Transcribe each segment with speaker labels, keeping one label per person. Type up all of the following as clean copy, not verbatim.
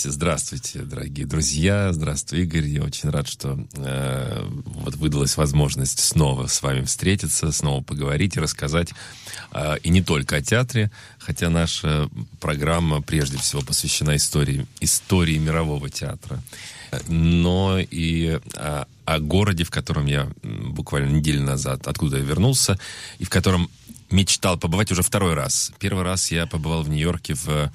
Speaker 1: Здравствуйте, дорогие друзья. Здравствуй, Игорь. Я очень рад, что вот выдалась возможность снова с вами встретиться, снова поговорить и рассказать, и не только о театре, хотя наша программа прежде всего посвящена истории мирового театра, но и о городе, в котором я буквально неделю назад, откуда я вернулся, и в котором мечтал побывать уже второй раз. Первый раз я побывал в Нью-Йорке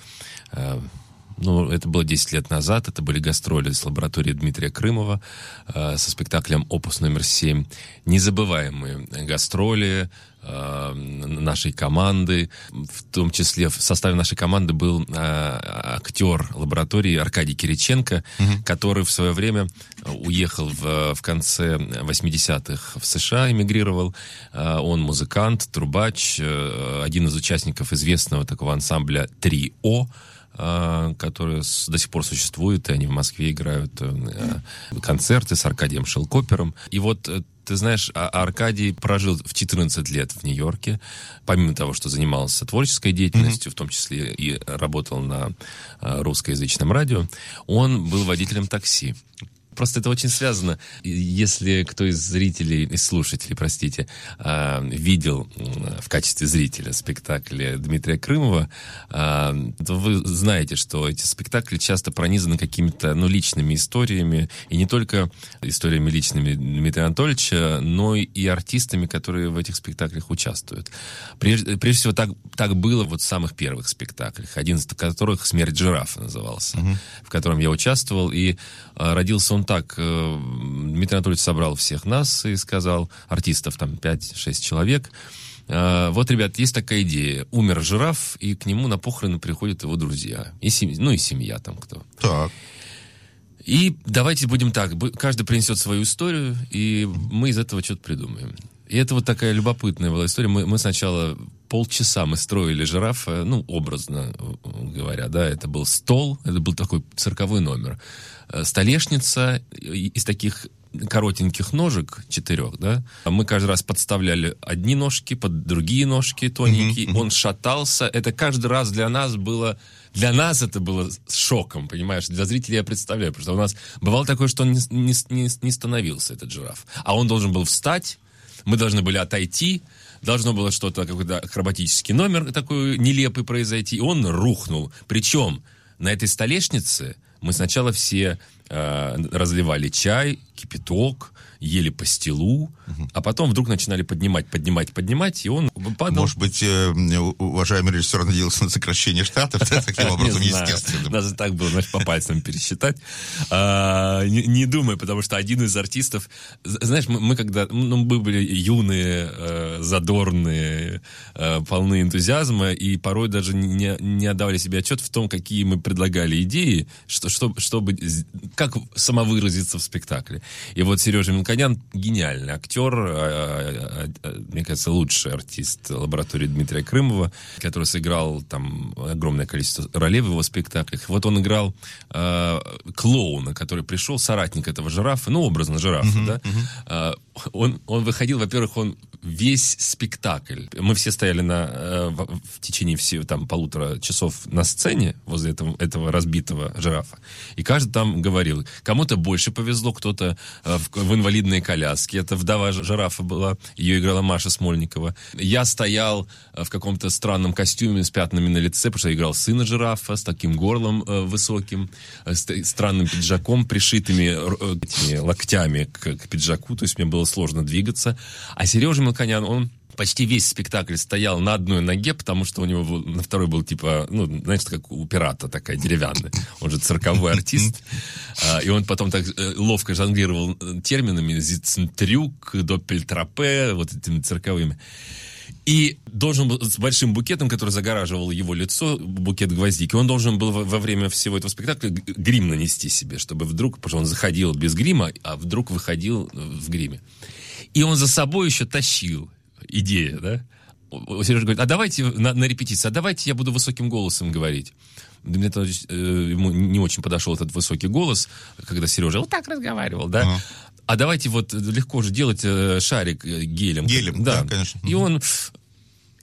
Speaker 1: это было 10 лет назад, это были гастроли с лабораторией Дмитрия Крымова со спектаклем «Опус номер 7». Незабываемые гастроли нашей команды, в том числе в составе нашей команды был актер лаборатории Аркадий Кириченко, который в свое время уехал в конце 80-х в США, эмигрировал. Он музыкант, трубач, один из участников известного такого ансамбля «Трио», которые до сих пор существуют, и они в Москве играют концерты с Аркадием Шелкопером. И вот, ты знаешь, Аркадий прожил в 14 лет в Нью-Йорке, помимо того, что занимался творческой деятельностью, в том числе и работал на русскоязычном радио, он был водителем такси. Просто это очень связано. Если кто из зрителей, из слушателей, видел в качестве зрителя спектакли Дмитрия Крымова, то вы знаете, что эти спектакли часто пронизаны какими-то личными историями, и не только историями личными Дмитрия Анатольевича, но и артистами, которые в этих спектаклях участвуют. Прежде всего, так было вот в самых первых спектаклях, один из которых «Смерть жирафа» назывался, в котором я участвовал, и родился он так. Дмитрий Анатольевич собрал всех нас и сказал, артистов там 5-6 человек, вот, ребят, есть такая идея. Умер жираф, и к нему на похороны приходят его друзья. И семья там кто.
Speaker 2: Так.
Speaker 1: И давайте будем так. Каждый принесет свою историю, и мы из этого что-то придумаем. И это вот такая любопытная была история. Мы сначала полчаса мы строили жирафа, образно говоря, да, это был стол, это был такой цирковой номер. Столешница из таких коротеньких ножек, 4, да. Мы каждый раз подставляли одни ножки под другие ножки тоненькие. Он шатался. Это каждый раз для нас это было шоком, понимаешь? Для зрителей я представляю, потому что у нас бывало такое, что он не становился, этот жираф. А он должен был встать, мы должны были отойти, должно было какой-то акробатический номер такой нелепый произойти, и он рухнул. Причем на этой столешнице мы сначала все разливали чай, кипяток, ели пастилу, а потом вдруг начинали поднимать, и он падал.
Speaker 2: Может быть, уважаемый режиссер надеялся на сокращение штатов, таким образом, естественно.
Speaker 1: Даже так было, по пальцам пересчитать. Не думаю, потому что один из артистов... Знаешь, мы когда... Мы были юные, задорные, полны энтузиазма, и порой даже не отдавали себе отчет в том, какие мы предлагали идеи, чтобы как самовыразиться в спектакле. И вот Сережа Мелконян гениальный актер, мне кажется, лучший артист лаборатории Дмитрия Крымова, который сыграл там огромное количество ролей в его спектаклях. Вот он играл клоуна, который пришел, соратник этого жирафа, образно жирафа, да. Он выходил, во-первых, он весь спектакль. Мы все стояли в течение всего там 1,5 часов на сцене возле этого разбитого жирафа. И каждый там говорил, кому-то больше повезло, кто-то в инвалидной коляске. Это вдова жирафа была, ее играла Маша Смольникова. Я стоял в каком-то странном костюме с пятнами на лице, потому что я играл сына жирафа с таким горлом высоким, с странным пиджаком, пришитыми этими локтями к пиджаку, то есть мне было сложно двигаться. А Сережа Мелконян, он почти весь спектакль стоял на одной ноге, потому что у него на второй был как у пирата такая деревянная. Он же цирковой артист. И он потом так ловко жонглировал терминами «зицентрюк», «доппельтрапе», вот этими цирковыми. И должен был с большим букетом, который загораживал его лицо, букет гвоздики, он должен был во время всего этого спектакля грим нанести себе, чтобы вдруг, потому что он заходил без грима, а вдруг выходил в гриме. И он за собой еще тащил. Идея, да? Сережа говорит, а давайте на репетиции, давайте я буду высоким голосом говорить. Дмитрий Анатольевич, ему не очень подошел этот высокий голос, когда Сережа вот так разговаривал, да? А давайте легко же делать шарик гелем.
Speaker 2: Гелем, да, конечно.
Speaker 1: И он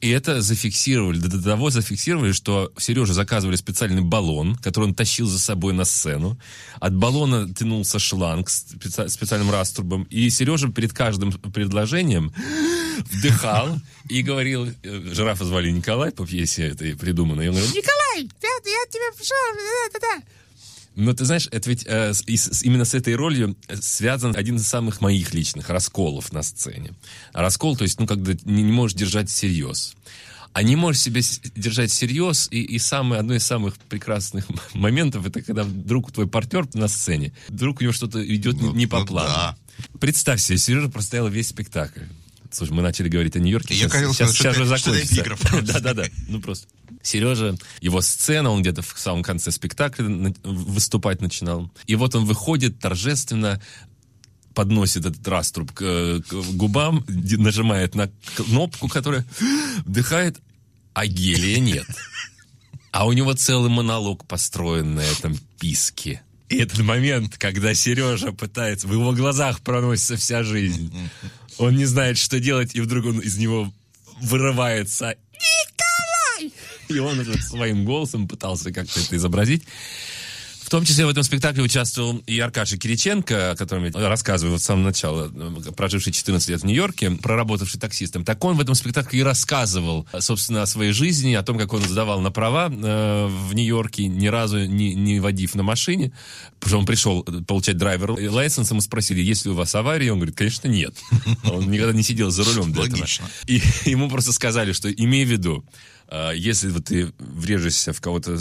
Speaker 1: И это зафиксировали, до того зафиксировали, что Сереже заказывали специальный баллон, который он тащил за собой на сцену. От баллона тянулся шланг с специальным раструбом. И Сережа перед каждым предложением вдыхал и говорил... Жирафа звали Николай по пьесе этой придуманной. И он говорил: Николай, я тебе пришел... Но ты знаешь, это ведь именно с этой ролью связан один из самых моих личных расколов на сцене. Раскол, то есть, когда не можешь держать всерьез. А не можешь себя держать всерьез, и одно из самых прекрасных моментов, это когда вдруг твой партнер на сцене, вдруг у него что-то идет не по плану. Да. Представь себе, Сережа простоял весь спектакль. Слушай, мы начали говорить о Нью-Йорке. Сейчас же закончится. Да. Ну просто. Сережа, его сцена, он где-то в самом конце спектакля выступать начинал. И вот он выходит торжественно, подносит этот раструб к губам, нажимает на кнопку, которая вдыхает, а гелия нет. А у него целый монолог построен на этом писке. И этот момент, когда Сережа пытается, в его глазах проносится вся жизнь. Он не знает, что делать, и вдруг он из него вырывается: Николай! И он уже своим голосом пытался как-то это изобразить. В том числе в этом спектакле участвовал и Аркаша Кириченко, о котором я рассказываю с самого начала, проживший 14 лет в Нью-Йорке, проработавший таксистом. Так он в этом спектакле и рассказывал, собственно, о своей жизни, о том, как он сдавал на права в Нью-Йорке, ни разу не водив на машине. Потому что он пришел получать драйвер-лайсенс, ему спросили: есть ли у вас авария? И он говорит: конечно, нет. Он никогда не сидел за рулем для этого. И ему просто сказали, что имей в виду, если вот ты врежешься в кого-то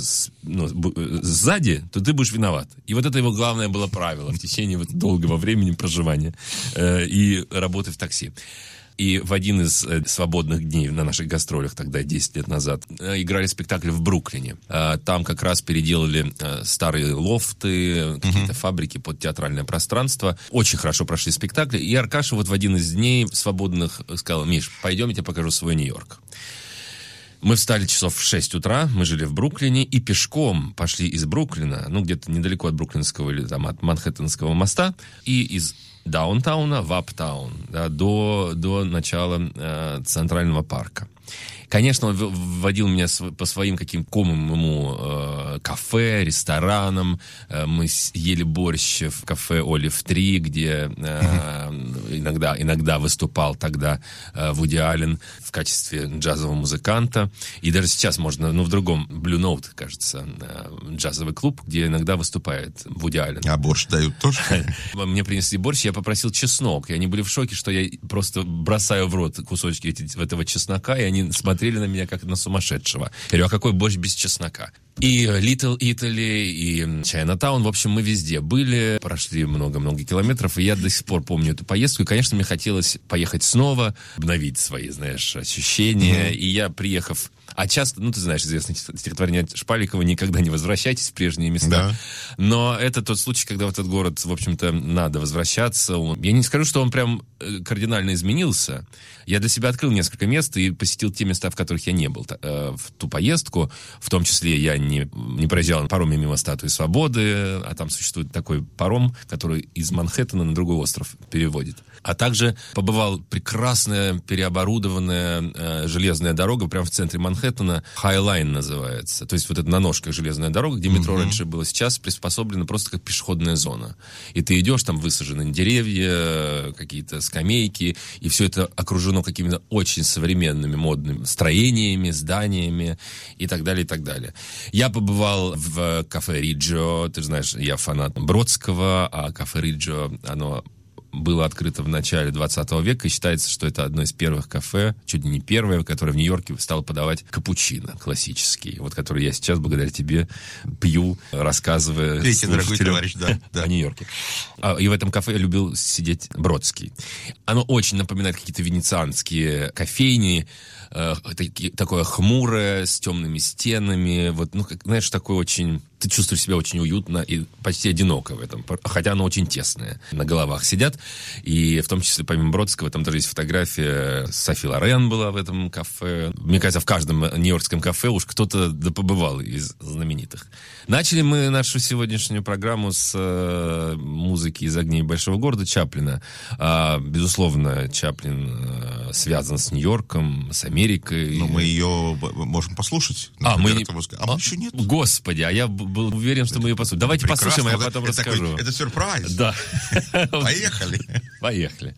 Speaker 1: сзади, то ты будешь виноват. И вот это его главное было правило в течение вот долгого времени проживания и работы в такси. И в один из свободных дней на наших гастролях, тогда 10 лет назад, играли спектакль в Бруклине. Там как раз переделали старые лофты, какие-то фабрики под театральное пространство. Очень хорошо прошли спектакли. И Аркаша вот в один из дней свободных сказал: Миш, пойдем, я тебе покажу свой Нью-Йорк. Мы встали часов в 6 утра, мы жили в Бруклине, и пешком пошли из Бруклина, где-то недалеко от Бруклинского или там от Манхэттенского моста, и из даунтауна в аптаун, да, до начала Центрального парка. Конечно, он вводил меня по своим каким комым ему кафе, ресторанам. Мы ели борщ в кафе «Олив 3», где иногда выступал тогда Вуди Аллен в качестве джазового музыканта. И даже сейчас можно, в другом, Blue Note, кажется, джазовый клуб, где иногда выступает Вуди Аллен.
Speaker 2: А борщ дают тоже?
Speaker 1: Мне принесли борщ, я попросил чеснок. И они были в шоке, что я просто бросаю в рот кусочки этого чеснока, и они смотрели на меня как на сумасшедшего. Я говорю: а какой борщ без чеснока? И Little Italy, и Чайнатаун, в общем, мы везде были, прошли много-много километров, и я до сих пор помню эту поездку, и, конечно, мне хотелось поехать снова, обновить свои, ощущения, и я, приехав... А часто, ты знаешь, известное стихотворение Шпаликова: «Никогда не возвращайтесь в прежние места». Да. Но это тот случай, когда в этот город, в общем-то, надо возвращаться. Я не скажу, что он прям кардинально изменился. Я для себя открыл несколько мест и посетил те места, в которых я не был в ту поездку. В том числе я не проезжал на пароме мимо Статуи Свободы, а там существует такой паром, который из Манхэттена на другой остров переводит. А также побывал прекрасная переоборудованная железная дорога прямо в центре Манхэттена, Хай-Лайн называется. То есть вот эта на ножках железная дорога, где метро раньше было, сейчас приспособлена просто как пешеходная зона. И ты идешь, там высажены деревья, какие-то скамейки, и все это окружено какими-то очень современными модными строениями, зданиями и так далее, и так далее. Я побывал в кафе «Риджио». Ты же знаешь, я фанат Бродского, а кафе «Риджио», оно было открыто в начале 20 века, и считается, что это одно из первых кафе, чуть ли не первое, которое в Нью-Йорке стало подавать капучино классический, вот который я сейчас, благодаря тебе, пью, рассказывая слушателям о Нью-Йорке. И в этом кафе я любил сидеть Бродский. Оно очень напоминает какие-то венецианские кофейни, такое хмурое, с темными стенами, знаешь, такое очень... Ты чувствуешь себя очень уютно и почти одиноко в этом, хотя оно очень тесное. На головах сидят, и в том числе, помимо Бродского, там даже есть фотография, Софи Лорен была в этом кафе. Мне кажется, в каждом нью-йоркском кафе уж кто-то побывал из знаменитых. Начали мы нашу сегодняшнюю программу с музыки из «Огней большого города» Чаплина. Безусловно, Чаплин связан с Нью-Йорком, с Америкой.
Speaker 2: Но мы ее можем послушать.
Speaker 1: Мы
Speaker 2: еще нет.
Speaker 1: Господи, я был уверен, что мы ее послушаем. Давайте послушаем, а я потом расскажу.
Speaker 2: Это сюрприз.
Speaker 1: Да.
Speaker 2: Поехали.
Speaker 1: Поехали.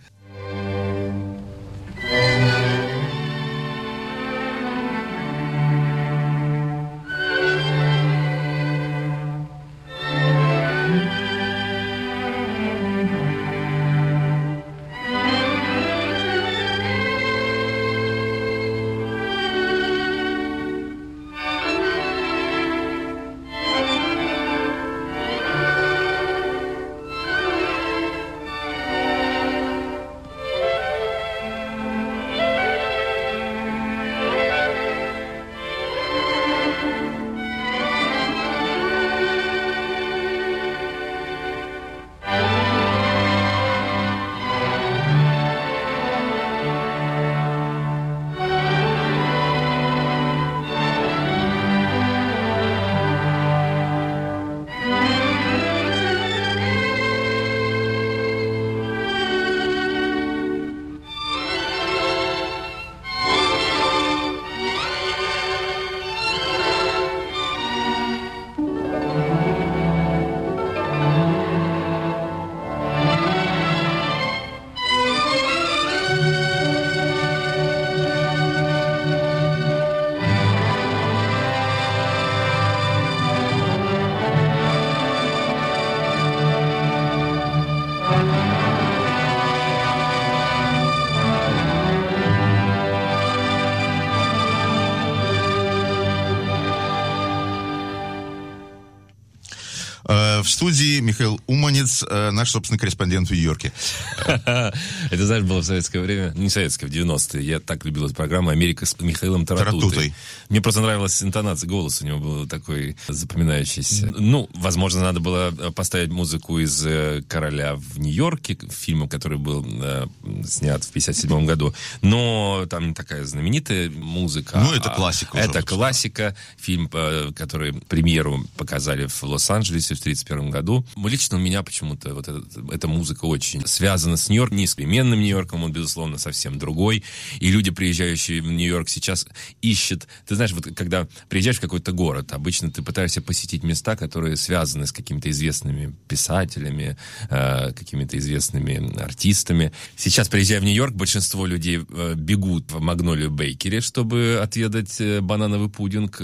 Speaker 2: В студии Михаил Уманец, наш собственный корреспондент в Нью-Йорке.
Speaker 1: Это, знаешь, было в советское время, не советское, в 90-е. Я так любил эту программу «Америка» с Михаилом Таратутой. Мне просто нравилась интонация, голос у него был такой запоминающийся. Ну, возможно, надо было поставить музыку из «Короля в Нью-Йорке», фильма, который был снят в 1957 году. Но там не такая знаменитая музыка.
Speaker 2: Ну, это классика.
Speaker 1: Это классика. Фильм, который премьеру показали в Лос-Анджелесе в 1931 году. Лично у меня почему-то вот эта музыка очень связана с Нью-Йорком, не с современным Нью-Йорком, он, безусловно, совсем другой. И люди, приезжающие в Нью-Йорк, сейчас ищут... Ты знаешь, вот когда приезжаешь в какой-то город, обычно ты пытаешься посетить места, которые связаны с какими-то известными писателями, какими-то известными артистами. Сейчас, приезжая в Нью-Йорк, большинство людей бегут в Магнолию Бейкери, чтобы отведать банановый пудинг.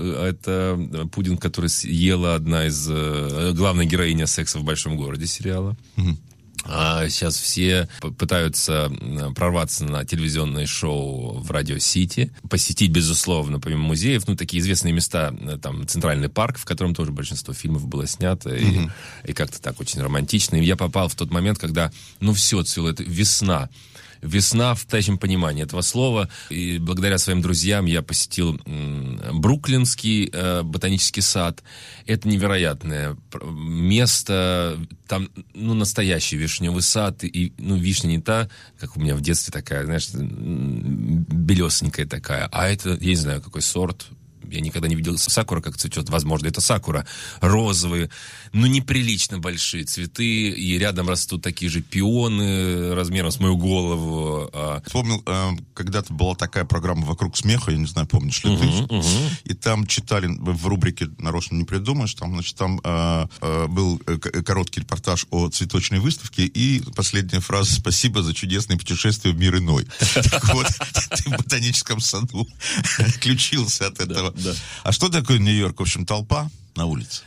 Speaker 1: Это пудинг, который съела одна из главной героиня «Секса в большом городе» сериала. А сейчас все пытаются прорваться на телевизионное шоу в Радио Сити, посетить, безусловно, помимо музеев, такие известные места, там, Центральный парк, в котором тоже большинство фильмов было снято, и как-то так очень романтично. И я попал в тот момент, когда, все цвело, это весна. Весна в настоящем понимании этого слова. И благодаря своим друзьям я посетил Бруклинский ботанический сад. Это невероятное место. Там, настоящий вишневый сад. И, вишня не та, как у меня в детстве такая, знаешь, белесенькая такая. А это, я не знаю, какой сорт. Я никогда не видел сакура, как цветет. Возможно, это сакура. Розовые, неприлично большие цветы. И рядом растут такие же пионы размером с мою голову.
Speaker 2: Вспомнил, когда-то была такая программа «Вокруг смеха», я не знаю, помнишь ли ты. И там читали в рубрике «Нарочно не придумаешь», там был короткий репортаж о цветочной выставке и последняя фраза «Спасибо за чудесное путешествие в мир иной». Так вот, ты в ботаническом саду отключился от этого.
Speaker 1: Да.
Speaker 2: А что такое Нью-Йорк? В общем, толпа на улице.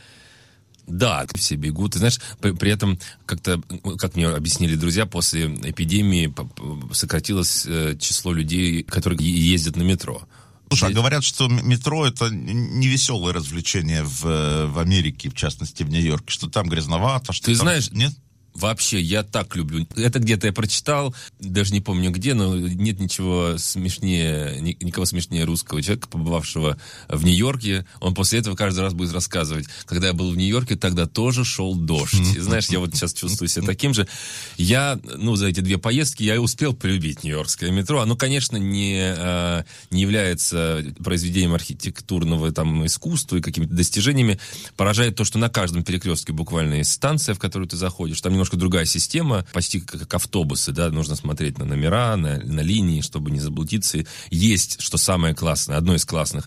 Speaker 1: Да, все бегут. Ты знаешь, при этом, как-то, как мне объяснили друзья, после эпидемии сократилось число людей, которые ездят на метро.
Speaker 2: Слушай, а говорят, что метро — это не веселое развлечение в Америке, в частности, в Нью-Йорке, что там грязновато, что
Speaker 1: ты
Speaker 2: там...
Speaker 1: знаешь...
Speaker 2: Нет?
Speaker 1: Вообще, я так люблю. Это где-то я прочитал, даже не помню где, но нет ничего смешнее, никого смешнее русского человека, побывавшего в Нью-Йорке. Он после этого каждый раз будет рассказывать. Когда я был в Нью-Йорке, тогда тоже шел дождь. И знаешь, я вот сейчас чувствую себя таким же. Я, за эти 2 поездки я успел полюбить нью-йоркское метро. Оно, конечно, не является произведением архитектурного искусства и какими-то достижениями. Поражает то, что на каждом перекрестке буквально есть станция, в которую ты заходишь. Там немножко другая система, почти как автобусы, да, нужно смотреть на номера, на линии, чтобы не заблудиться. Есть, что самое классное, одно из классных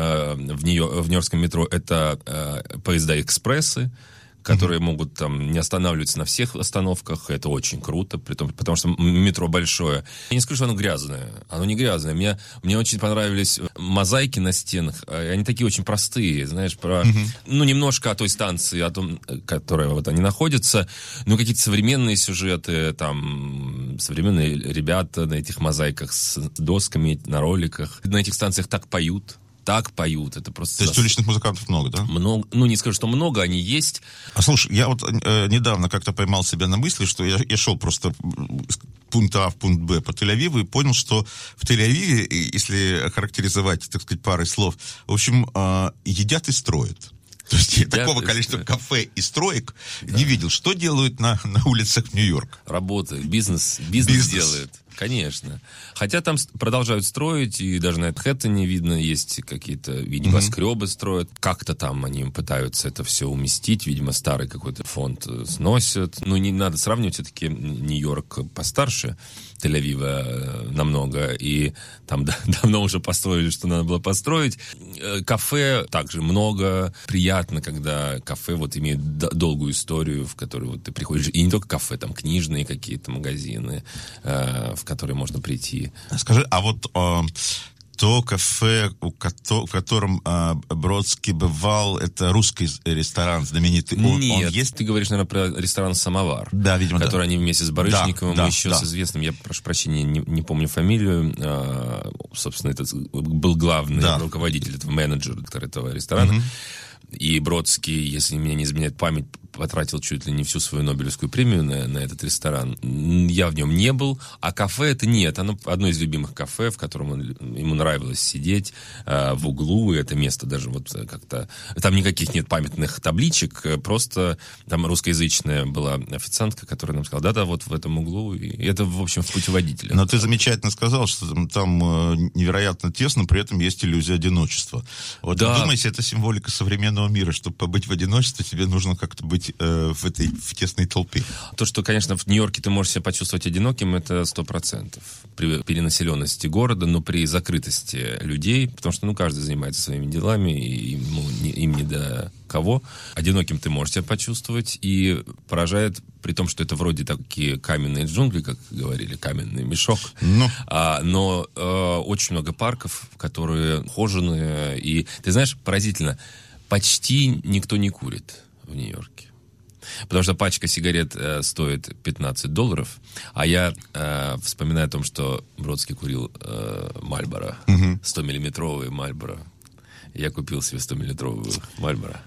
Speaker 1: в нью-йоркском метро, это поезда-экспрессы, которые могут там не останавливаться на всех остановках. Это очень круто, потому что метро большое. Я не скажу, что оно грязное. Оно не грязное. Мне очень понравились мозаики на стенах. Они такие очень простые, знаешь, немножко о той станции, о том, которая вот они находятся. Какие-то современные сюжеты, там, современные ребята на этих мозаиках с досками, на роликах. На этих станциях так поют. Это просто...
Speaker 2: То есть уличных музыкантов много, да?
Speaker 1: Много, не скажу, что много, они есть.
Speaker 2: А слушай, я вот недавно как-то поймал себя на мысли, что я шел просто с пункта А в пункт Б по Тель-Авиву и понял, что в Тель-Авиве, если характеризовать, так сказать, парой слов, в общем, едят и строят. То есть такого количества кафе и строек не видел. Что делают на улицах Нью-Йорка?
Speaker 1: Работают, бизнес делают. Конечно. Хотя там продолжают строить, и даже на Манхэттене видно, есть какие-то небоскребы строят. Как-то там они пытаются это все уместить. Видимо, старый какой-то фонд сносят. Не надо сравнивать, все-таки Нью-Йорк постарше Тель-Авива намного, и там давно уже построили, что надо было построить. Кафе также много. Приятно, когда кафе вот имеет долгую историю, в которую вот ты приходишь. И не только кафе, там книжные какие-то магазины, в которые можно прийти.
Speaker 2: Скажи, а вот то кафе, в котором Бродский бывал, это русский ресторан знаменитый.
Speaker 1: Нет,
Speaker 2: он есть?
Speaker 1: Ты говоришь, наверное, про ресторан «Самовар».
Speaker 2: Да, видимо,
Speaker 1: который они вместе с Барышниковым, еще
Speaker 2: да.
Speaker 1: с известным, я прошу прощения, не помню фамилию, собственно, это был главный руководитель, менеджер этого ресторана. И Бродский, если меня не изменяет память, потратил чуть ли не всю свою Нобелевскую премию на этот ресторан. Я в нем не был, а кафе это нет. Оно одно из любимых кафе, в котором ему нравилось сидеть в углу, и это место даже вот как-то... Там никаких нет памятных табличек, просто там русскоязычная была официантка, которая нам сказала, да, вот в этом углу, и это, в общем, в путеводителе.
Speaker 2: Но ты замечательно сказал, что там невероятно тесно, при этом есть иллюзия одиночества. Вот думаете, это символика современного мира. Чтобы побыть в одиночестве, тебе нужно как-то быть в тесной толпе.
Speaker 1: То, что, конечно, в Нью-Йорке ты можешь себя почувствовать одиноким, это 100%. При перенаселенности города, но при закрытости людей, потому что, каждый занимается своими делами, и им не до кого. Одиноким ты можешь себя почувствовать, и поражает, при том, что это вроде такие каменные джунгли, как говорили, каменный мешок. Но очень много парков, которые ухоженные, и, ты знаешь, поразительно, почти никто не курит в Нью-Йорке. Потому что пачка сигарет стоит $15, а я вспоминаю о том, что Бродский курил Мальборо, 100-миллиметровые Мальборо. Я купил себе 100-миллиметровую Мальборо.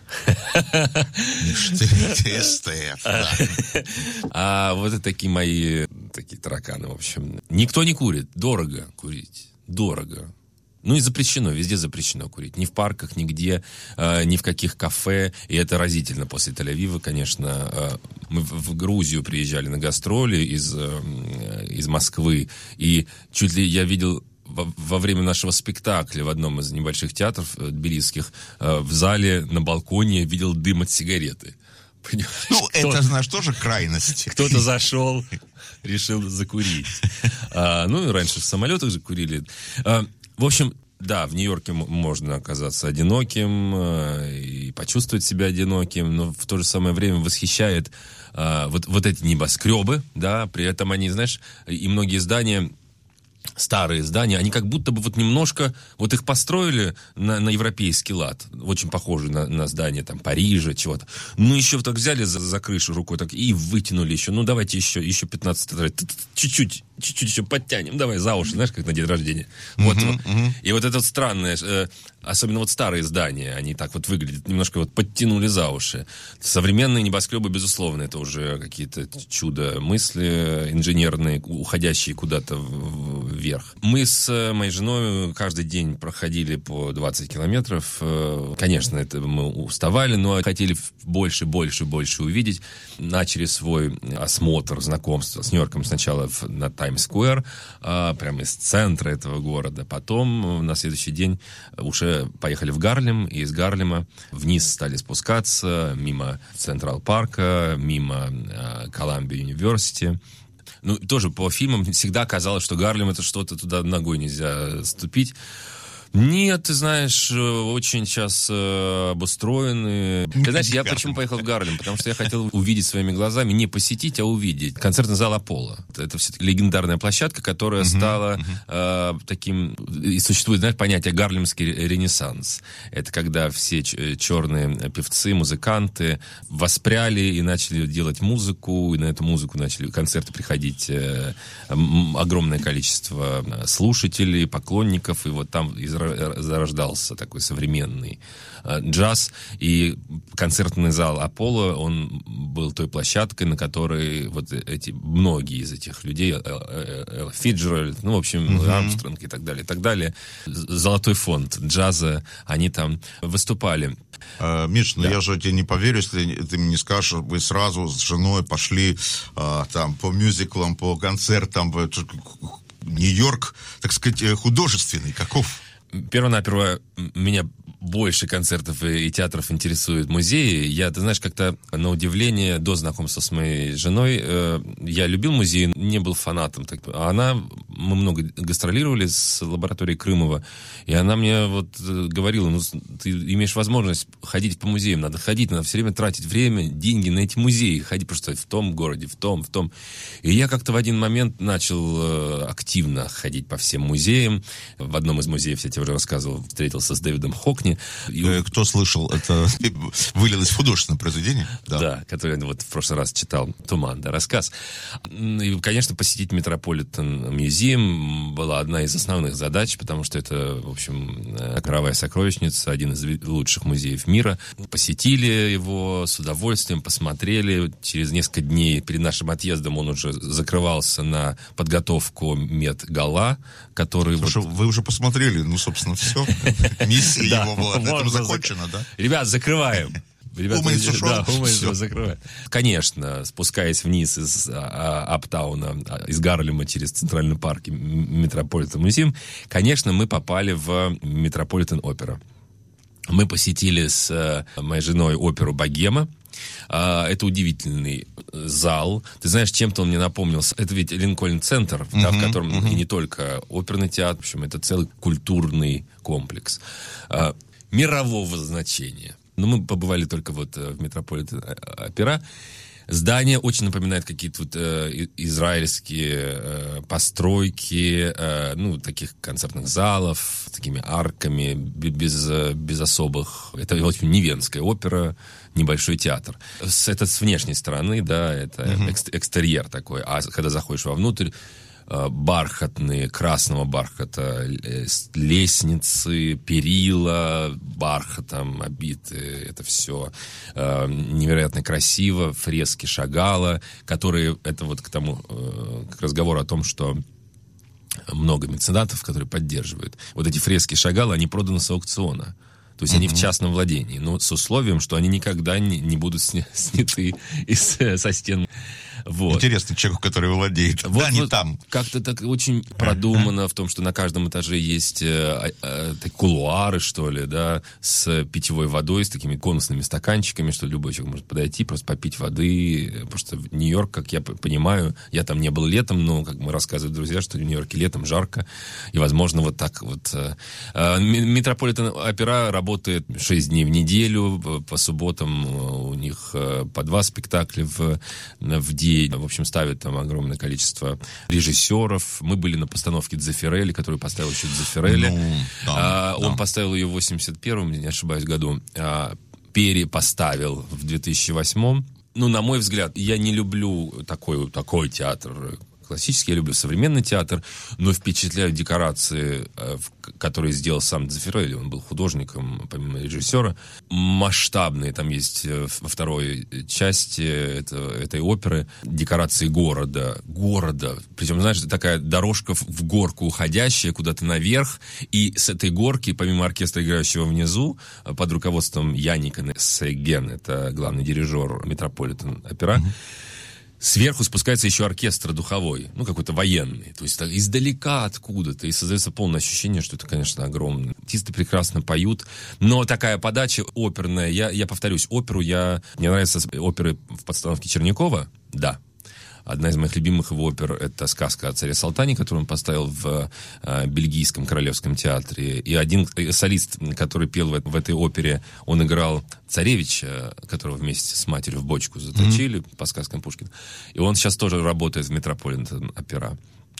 Speaker 1: А вот это такие мои тараканы, в общем. Никто не курит. Дорого курить. Дорого. И запрещено, везде запрещено курить. Ни в парках, нигде, ни в каких кафе. И это разительно после Тель-Авива, конечно. Мы в Грузию приезжали на гастроли из Москвы. И чуть ли я видел во время нашего спектакля в одном из небольших театров тбилисских в зале на балконе видел дым от сигареты.
Speaker 2: Это, знаешь, тоже крайность.
Speaker 1: Кто-то зашел, решил закурить. И раньше в самолетах же курили. В общем, да, в Нью-Йорке можно оказаться одиноким и почувствовать себя одиноким, но в то же самое время восхищает вот эти небоскребы, да, при этом они, знаешь, и многие здания... Старые здания, они как будто бы вот немножко, вот их построили на европейский лад, очень похожие на здания там Парижа, чего-то. Еще так взяли за крышу рукой так и вытянули еще, давайте еще 15 этажей, чуть-чуть еще подтянем, давай за уши, знаешь, как на день рождения. И вот это странное, особенно вот старые здания, они так вот выглядят, немножко вот подтянули за уши. Современные небоскребы, безусловно, это уже какие-то чудо-мысли инженерные, уходящие куда-то вверх. Мы с моей женой каждый день проходили по 20 километров. Конечно, это мы уставали, но хотели больше увидеть. Начали свой осмотр, знакомство с Нью-Йорком сначала на Таймс-сквер, прямо из центра этого города. Потом на следующий день уже поехали в Гарлем, и из Гарлема вниз стали спускаться, мимо Централ-парка, мимо Колумбия Юниверсити. Ну, тоже по фильмам всегда казалось, что Гарлем — это что-то, туда ногой нельзя ступить. Нет, ты знаешь, очень сейчас обустроены. Ты знаешь, я почему поехал в Гарлем? Потому что я хотел увидеть своими глазами, не посетить, а увидеть. Концертный зал Аполло. Это все-таки легендарная площадка, которая стала таким... И существует, знаешь, понятие «гарлемский ренессанс». Это когда все черные певцы, музыканты воспряли и начали делать музыку, и на эту музыку начали концерты приходить огромное количество слушателей, поклонников, и вот там зарождался такой современный джаз, и концертный зал Аполло, он был той площадкой, на которой вот эти, многие из этих людей, Элла Фицджеральд, ну, в общем, Армстронг и так далее, золотой фонд джаза, они там выступали.
Speaker 2: Миш, ну я же тебе не поверю, если ты мне не скажешь, вы сразу с женой пошли там по мюзиклам, по концертам, Нью-Йорк, так сказать, художественный, каков?
Speaker 1: Первонаперво меня больше концертов и театров интересуют музеи. Я, ты знаешь, как-то на удивление до знакомства с моей женой я любил музеи, не был фанатом. Мы много гастролировали с лабораторией Крымова, и она мне вот говорила, ну, ты имеешь возможность ходить по музеям, надо ходить, надо все время тратить время, деньги на эти музеи, ходить просто в том городе, в том. И я как-то в один момент начал активно ходить по всем музеям. В одном из музеев, я тебе уже рассказывал, встретился с Дэвидом Хокни.
Speaker 2: Кто слышал, это вылилось в художественное произведение?
Speaker 1: Да, которое вот в прошлый раз читал «Туман», да, рассказ. И, конечно, посетить Метрополитен Мюзеум была одна из основных задач, потому что это, в общем, мировая сокровищница, один из лучших музеев мира. Посетили его с удовольствием, посмотрели. Через несколько дней перед нашим отъездом он уже закрывался на подготовку Мет-гала, который...
Speaker 2: Слушай, вы уже посмотрели, ну, собственно, все. Миссия его была на этом закончена, да?
Speaker 1: Ребят, закрываем.
Speaker 2: Умница,
Speaker 1: закрываем. Конечно, спускаясь вниз из Аптауна, из Гарлема через Центральный парк и Метрополитен Мюзеум, конечно, мы попали в Метрополитен Опера. Мы посетили с моей женой оперу «Богема». Это удивительный зал. Ты знаешь, чем-то он мне напомнил. Это ведь Линкольн-центр, да, в котором и не только оперный театр, в общем, это целый культурный комплекс мирового значения. Но мы побывали только вот в Метрополитен-опера. Здание очень напоминает какие-то вот израильские постройки, ну, таких концертных залов, с такими арками, без особых... Это очень невенская опера, небольшой театр. Это с внешней стороны, да, это экстерьер такой. А когда заходишь вовнутрь, бархатные, красного бархата лестницы, перила бархатом обиты. Это все невероятно красиво. Фрески Шагала, которые... Это вот к тому, к разговору о том, что много меценатов, которые поддерживают. Вот эти фрески Шагала, они проданы с аукциона. То есть они в частном владении. Но с условием, что они никогда не будут сняты со стен. Вот.
Speaker 2: Интересный человек, который владеет.
Speaker 1: Вот,
Speaker 2: да, не там.
Speaker 1: Как-то так очень продумано в том, что на каждом этаже есть кулуары, что ли, да, с питьевой водой, с такими конусными стаканчиками, что любой человек может подойти, просто попить воды. Потому что в Нью-Йорк, как я понимаю, я там не был летом, но, как мы рассказывают друзья, что в Нью-Йорке летом жарко. И, возможно, вот так вот. Метрополитен-опера работает 6 дней в неделю. По субботам у них по 2 спектакля в день. В общем, ставят там огромное количество режиссеров. Мы были на постановке Дзеффирелли, которую поставил еще Дзеффирелли. Он поставил ее в 81-м, не ошибаюсь, году. Перепоставил в 2008-м. Ну, на мой взгляд, я не люблю такой театр классический, я люблю современный театр, но впечатляют декорации, которые сделал сам Дзеффирелли. Он был художником, помимо режиссера. Масштабные, там есть во второй части этой оперы декорации города. Причем, знаешь, такая дорожка в горку уходящая куда-то наверх, и с этой горки, помимо оркестра, играющего внизу, под руководством Яника Сейген, это главный дирижер Метрополитен-опера, Сверху спускается еще оркестр духовой, ну, какой-то военный. То есть так, издалека откуда-то. И создается полное ощущение, что это, конечно, огромно. Артисты прекрасно поют. Но такая подача оперная. Я повторюсь, мне нравятся оперы в постановке Чернякова. Да. Одна из моих любимых его опер — это «Сказка о царе Салтане», которую он поставил в Бельгийском королевском театре. И один солист, который пел в этой опере, он играл царевича, которого вместе с матерью в бочку заточили, по сказкам Пушкина. И он сейчас тоже работает в Метрополитен-опера.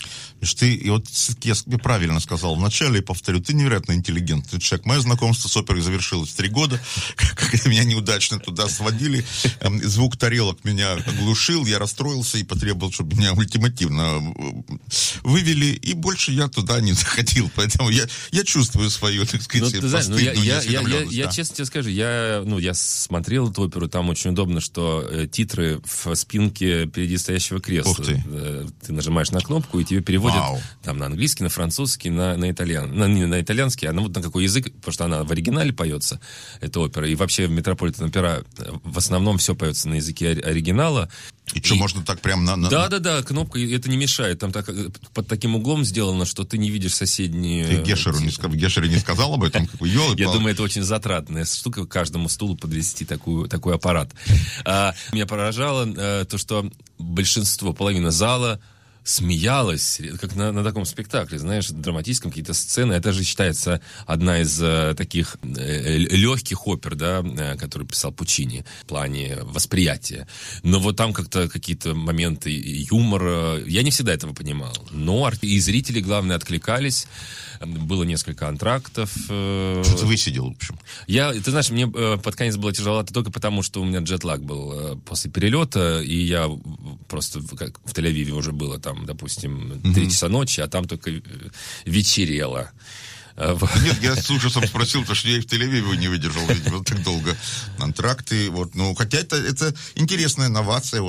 Speaker 2: И вот я тебе правильно сказал вначале, и повторю, ты невероятно интеллигентный человек. Мое знакомство с оперой завершилось 3 года, когда меня неудачно туда сводили. Звук тарелок меня оглушил, я расстроился и потребовал, чтобы меня ультимативно вывели, и больше я туда не заходил. Поэтому я чувствую свою, так сказать, постыдную неосведомленность.
Speaker 1: Я честно тебе скажу, я смотрел эту оперу, там очень удобно, что титры в спинке впереди стоящего кресла. Ты нажимаешь на кнопку, и тебе переводят там на английский, на французский, на не на итальянский, а вот на какой язык, потому что она в оригинале поется, эта опера, и вообще в Метрополитен-опера в основном все поется на языке оригинала.
Speaker 2: И что, можно так прям на...
Speaker 1: Да, кнопка, это не мешает. Там так, под таким углом сделано, что ты не видишь соседние...
Speaker 2: Ты Гешере не сказал об этом?
Speaker 1: Я думаю, это очень затратная штука, каждому стулу подвести такой аппарат. Меня поражало то, что половина зала смеялась, как на таком спектакле, знаешь, драматическом, какие-то сцены. Это же считается одна из таких легких опер, да, которую писал Пучини в плане восприятия. Но вот там как-то какие-то моменты юмора, я не всегда этого понимал. Но и зрители, главное, откликались. Было несколько антрактов.
Speaker 2: Что ты высидел, в общем?
Speaker 1: Ты знаешь, мне под конец было тяжеловато только потому, что у меня джетлаг был после перелета, и я просто, как в Тель-Авиве уже было там, допустим, 3 часа ночи, а там только вечерело.
Speaker 2: Нет, я с ужасом спросил, потому что я и в Тель-Авиве не выдержал, видимо, так долго. Антракты, хотя это интересная инновация,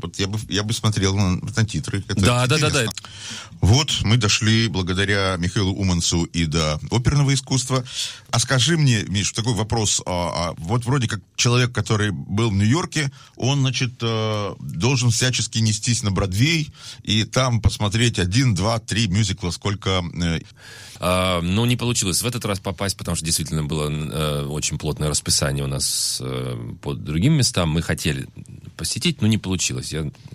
Speaker 2: я бы смотрел на титры.
Speaker 1: Да.
Speaker 2: Вот, мы дошли благодаря Михаилу Уманцу и до оперного искусства. А скажи мне, Миш, такой вопрос. Вот вроде как человек, который был в Нью-Йорке, он, значит, должен всячески нестись на Бродвей и там посмотреть 1, 2, 3 мюзикла, сколько...
Speaker 1: Но не получилось в этот раз попасть, потому что действительно было очень плотное расписание у нас по другим местам. Мы хотели посетить, но не получилось.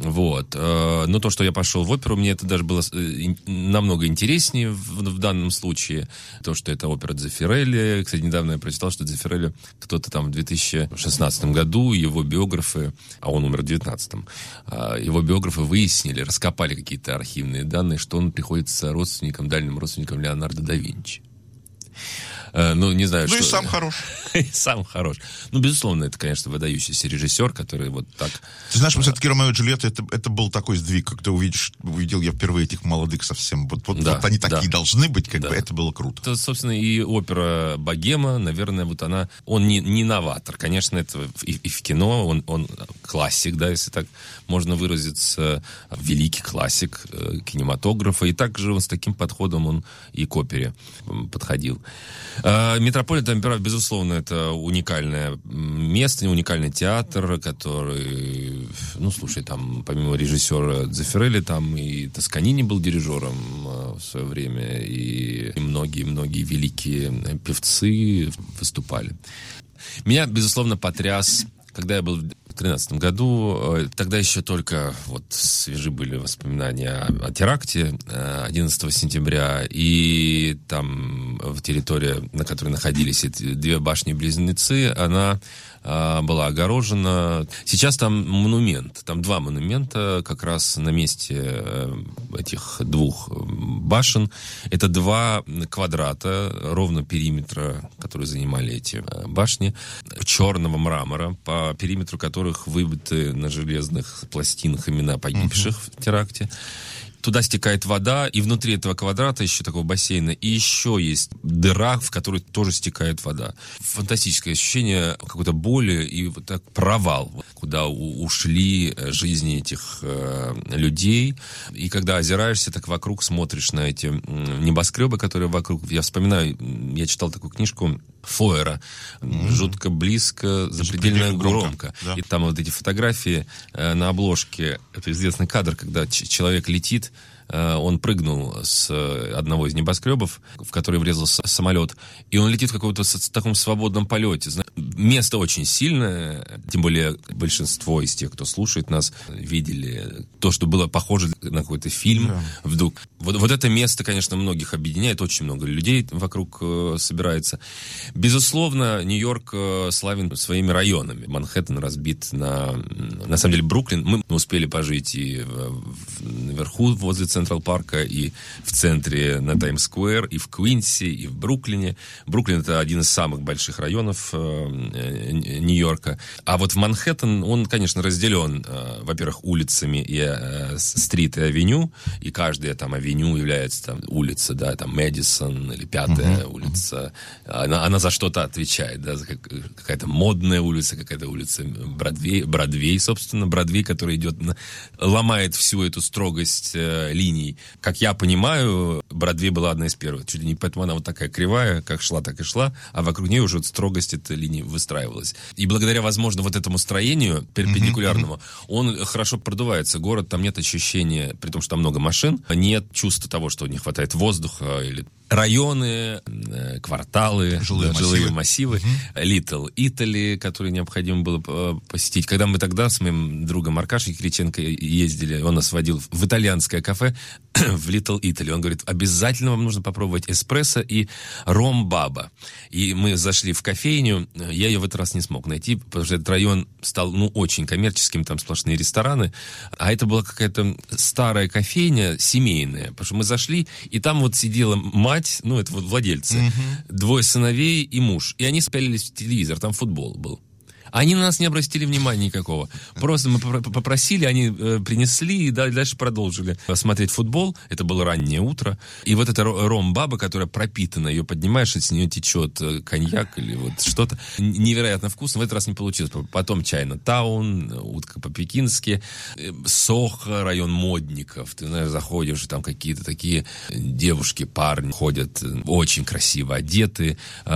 Speaker 1: Но то, что я пошел в оперу, мне это даже было намного интереснее в данном случае. То, что это опера Дзеффирелли. Кстати, недавно я прочитал, что Дзеффирелли кто-то там в 2016 году, его биографы, а он умер в 2019, его биографы выяснили, раскопали какие-то архивные данные, что он приходится дальним родственником Леонардо да Винчи. Не знаю, что...
Speaker 2: и сам хорош.
Speaker 1: Сам хорош. Безусловно, это, конечно, выдающийся режиссер, который вот так...
Speaker 2: Ты знаешь, все-таки «Ромео и Джульетта» это был такой сдвиг, когда увидел я впервые этих молодых совсем. Вот они такие должны быть, бы это было круто.
Speaker 1: Это, собственно, и опера «Богема», наверное, он не новатор. Конечно, это и в кино, он классик, да, если так можно выразиться, великий классик кинематографа. И также он с таким подходом он и к опере подходил. Метрополитен-опера, безусловно, это уникальное место, уникальный театр, который, слушай, там, помимо режиссера Дзеффирелли, там и Тосканини был дирижером в свое время, и многие-многие великие певцы выступали. Меня, безусловно, потряс, когда я был в 2013 году, тогда еще только свежи были воспоминания о теракте 11 сентября, и там в территории, на которой находились эти 2 башни-близнецы, она была огорожена. Сейчас там монумент, там 2 монумента как раз на месте этих 2 башен. Это 2 квадрата ровно периметра, которые занимали эти башни, черного мрамора, по периметру которых выбиты на железных пластинах имена погибших в теракте. Туда стекает вода, и внутри этого квадрата еще такого бассейна, и еще есть дыра, в которой тоже стекает вода. Фантастическое ощущение какой-то боли и вот так провал, куда ушли жизни этих людей. И когда озираешься, так вокруг смотришь на эти небоскребы, которые вокруг. Я вспоминаю, я читал такую книжку Фойера. Жутко близко, запредельно громко.
Speaker 2: Да.
Speaker 1: И там вот эти фотографии на обложке. Это известный кадр, когда человек летит. Он прыгнул с одного из небоскребов, в который врезался самолет, и он летит в каком-то таком свободном полете. Место очень сильное, тем более большинство из тех, кто слушает нас, видели то, что было похоже на какой-то фильм. Да. Вдруг. Вот это место, конечно, многих объединяет, очень много людей вокруг собирается. Безусловно, Нью-Йорк славен своими районами. Манхэттен разбит на самом деле, Бруклин. Мы успели пожить и наверху, возле Централ-парка, и в центре на Таймс-сквер, и в Квинси, и в Бруклине. Бруклин — это один из самых больших районов Нью-Йорка. А вот в Манхэттен, он, конечно, разделен, во-первых, улицами и стрит и авеню, и каждая там авеню является там улица, да, там Мэдисон или Пятая улица. Она за что-то отвечает, да, за какая-то модная улица, какая-то улица Бродвей, собственно, Бродвей, который идет, ломает всю эту строгость линий. Как я понимаю, Бродвей была одна из первых. Чуть ли не поэтому она вот такая кривая, как шла, так и шла, а вокруг нее уже строгость этой линии выстраивалась. И благодаря, возможно, вот этому строению перпендикулярному, он хорошо продувается. Город, там нет ощущения, при том, что там много машин, нет чувства того, что не хватает воздуха или районы, кварталы, жилые массивы, Little Italy, который необходимо было посетить. Когда мы тогда с моим другом Аркашей Кириченко ездили, он нас водил в итальянское кафе в Little Italy. Он говорит, обязательно вам нужно попробовать эспрессо и ром-баба. И мы зашли в кофейню, я ее в этот раз не смог найти, потому что этот район стал, очень коммерческим, там сплошные рестораны, а это была какая-то старая кофейня, семейная, потому что мы зашли, и там вот сидела мать, это вот владельцы, двое сыновей и муж. И они спялились в телевизор, там футбол был. Они на нас не обратили внимания никакого. Просто мы попросили, они принесли и дальше продолжили смотреть футбол. Это было раннее утро. И вот эта ром-баба, которая пропитана, ее поднимаешь, и с нее течет коньяк или вот что-то. Невероятно вкусно. В этот раз не получилось. Потом Чайна-таун, утка по-пекински, Сохо, район модников. Ты знаешь, заходишь, и там какие-то такие девушки, парни ходят очень красиво одеты.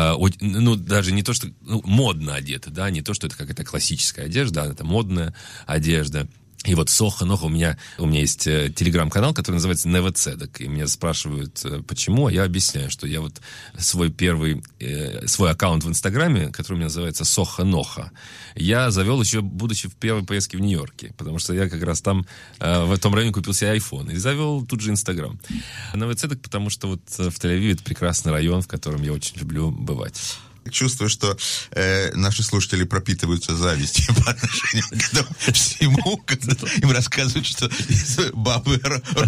Speaker 1: Даже не то, что модно одеты, да, не то, что это какая-то классическая одежда, это модная одежда. И вот Сохо-Нохо, у меня есть телеграм-канал, который называется Невецедек. И меня спрашивают, почему, а я объясняю, что я вот свой аккаунт в Инстаграме, который у меня называется Сохо-Нохо, я завел еще, будучи в первой поездке в Нью-Йорке, потому что я как раз там, в том районе, купил себе iPhone и завел тут же Инстаграм. Невецедек, потому что вот в Тель-Авиве это прекрасный район, в котором я очень люблю бывать.
Speaker 2: Чувствую, что наши слушатели пропитываются завистью по отношению к этому всему, когда им рассказывают, что из бабы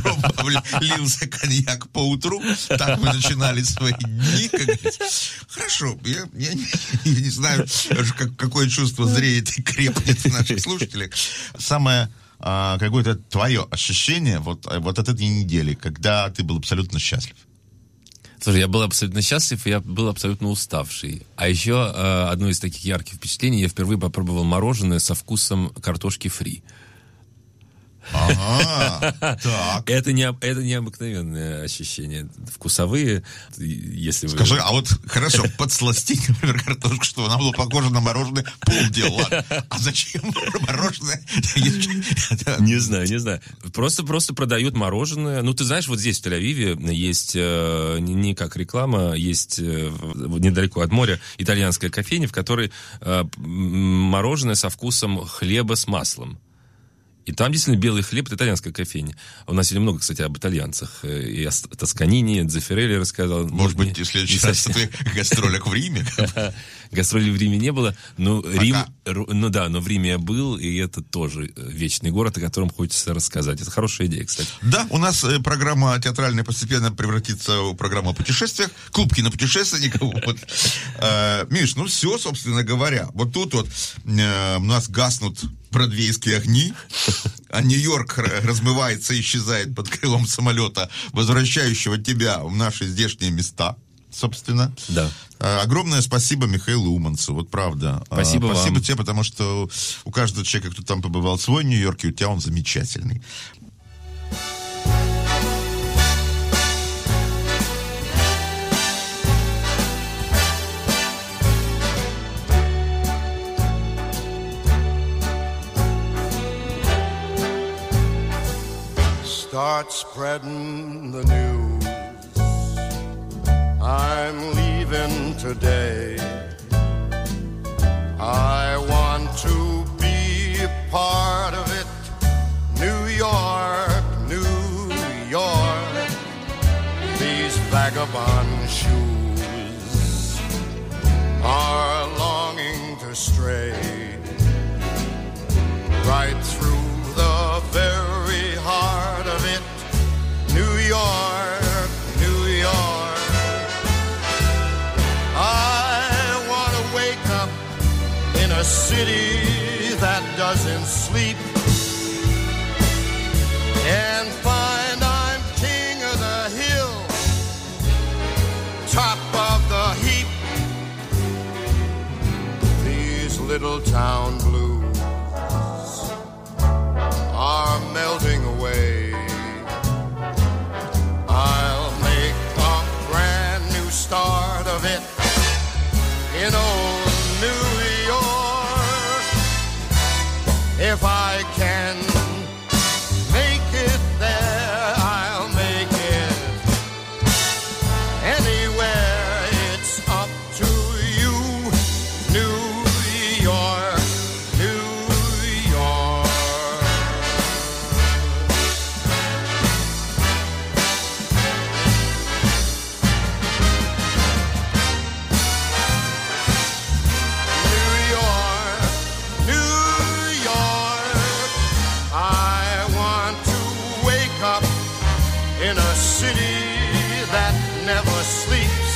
Speaker 2: лился коньяк по утру. Так мы начинали свои дни. Как говорится. Хорошо, я не знаю, какое чувство зреет и крепнет в наших слушателях. Самое какое-то твое ощущение вот от этой недели, когда ты был абсолютно счастлив.
Speaker 1: Слушай, я был абсолютно счастлив, и я был абсолютно уставший. А еще одно из таких ярких впечатлений, я впервые попробовал мороженое со вкусом картошки фри.
Speaker 2: Ага, так.
Speaker 1: Это необыкновенное ощущение. Вкусовые, если вы...
Speaker 2: Скажи, а вот хорошо, подсластить, например, картошку, чтобы она была похожа на мороженое, полдела. А зачем мороженое?
Speaker 1: Не знаю. Просто продают мороженое. Ты знаешь, вот здесь, в Тель-Авиве, есть, не как реклама, есть недалеко от моря итальянская кофейня, в которой мороженое со вкусом хлеба с маслом. И там действительно белый хлеб, это итальянская кофейня. У нас сегодня много, кстати, об итальянцах. И о Тосканини, Дзеффирелли рассказал.
Speaker 2: Может быть, в следующий раз в твоих гастролях в Риме?
Speaker 1: Гастролей в Риме не было. Но в Риме я был, и это тоже вечный город, о котором хочется рассказать. Это хорошая идея, кстати.
Speaker 2: Да, у нас программа театральная постепенно превратится в программу о путешествиях. Клуб кинопутешественников. Миш, все, собственно говоря. Вот тут вот у нас гаснут бродвейские огни, а Нью-Йорк размывается и исчезает под крылом самолета, возвращающего тебя в наши здешние места, собственно.
Speaker 1: Да.
Speaker 2: Огромное спасибо Михаилу Уманцу, вот правда.
Speaker 1: Спасибо
Speaker 2: тебе, потому что у каждого человека, кто там побывал, свой Нью-Йорк, и у тебя он замечательный.
Speaker 3: start spreading the news. I'm leaving today. I want to be a part of it. New York, New York. These vagabond shoes are longing to stray right through the very heart of it. New York, New York. I want to wake up in a city that doesn't sleep and find I'm king of the hill, top of the heap. These little town blues are melting away. I'll make a brand new start of it in old New York. If I can make it there, I'll make it anywhere. It's up to you, New York, New York. In a city that never sleeps